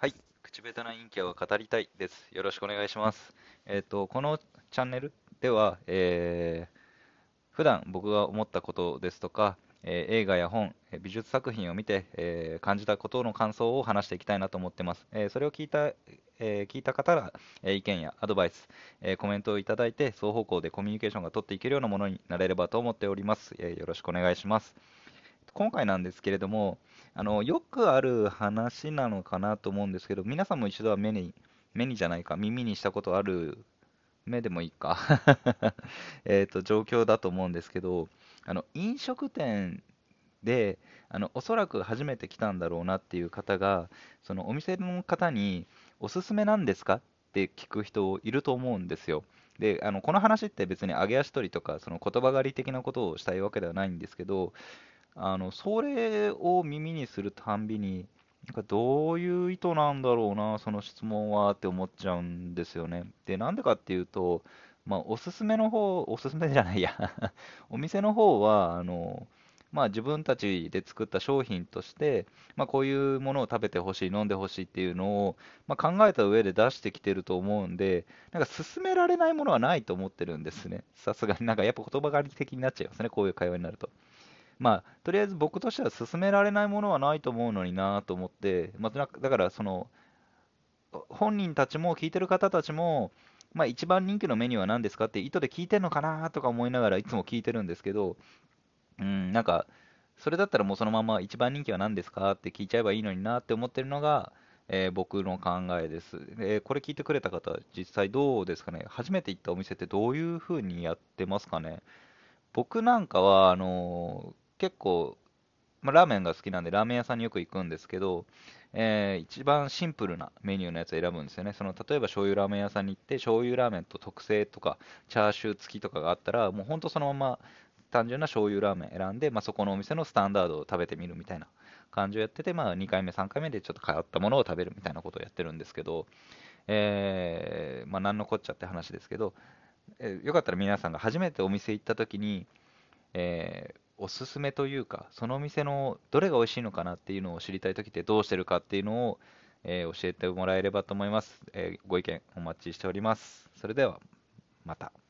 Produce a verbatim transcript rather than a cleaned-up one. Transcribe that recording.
はい、口下手な陰キャは語りたいです。よろしくお願いします。えっと、このチャンネルでは、えー普段僕が思ったことですとか、えー映画や本、えー美術作品を見て、えー感じたことの感想を話していきたいなと思ってます。えーそれを聞いた、えー聞いた方が、えー意見やアドバイス、えーコメントをいただいて、双方向でコミュニケーションが取っていけるようなものになれればと思っております。えーよろしくお願いします。今回なんですけれども、あの、よくある話なのかなと思うんですけど、皆さんも一度は目に、目にじゃないか、耳にしたことある、目でもいいかえっと、状況だと思うんですけど、あの、飲食店で、あの、おそらく初めて来たんだろうなっていう方が、そのお店の方に、おすすめなんですかって聞く人いると思うんですよ。で、あの、この話って別に揚げ足取りとか、その言葉狩り的なことをしたいわけではないんですけど、あの、それを耳にするたんびに、なんかどういう意図なんだろうな、その質問はって思っちゃうんですよね。で、なんでかっていうと、まあ、おすすめの方、おすすめじゃないやお店の方は、あの、まあ、自分たちで作った商品として、まあ、こういうものを食べてほしい、飲んでほしいっていうのを、まあ、考えた上で出してきてると思うんで、なんか勧められないものはないと思ってるんですね。さすがになんかやっぱ言葉狩り的になっちゃいますね、こういう会話になると。まあ、とりあえず僕としては勧められないものはないと思うのになと思って、まあ、だだからその本人たちも聞いてる方たちも、まあ、一番人気のメニューは何ですかって意図で聞いてるのかなとか思いながらいつも聞いてるんですけど、うん、なんか、それだったらもうそのまま一番人気は何ですかって聞いちゃえばいいのになって思ってるのが、えー僕の考えです。で、これ聞いてくれた方、実際どうですかね。初めて行ったお店ってどういう風にやってますかね。僕なんかは、あのー結構まあ、ラーメンが好きなんで、ラーメン屋さんによく行くんですけど、えー一番シンプルなメニューのやつを選ぶんですよね。その、例えば醤油ラーメン屋さんに行って、醤油ラーメンと特製とか、チャーシュー付きとかがあったら、もうほんとそのまま単純な醤油ラーメン選んで、まあ、そこのお店のスタンダードを食べてみるみたいな感じをやってて、まあ、にかいめ、さんかいめでちょっと変わったものを食べるみたいなことをやってるんですけど、えーまあ、なんのこっちゃって話ですけど、えーよかったら皆さんが初めてお店行った時に、えーおすすめというか、そのお店のどれが美味しいのかなっていうのを知りたいときってどうしてるかっていうのを、えー教えてもらえればと思います。えーご意見お待ちしております。それではまた。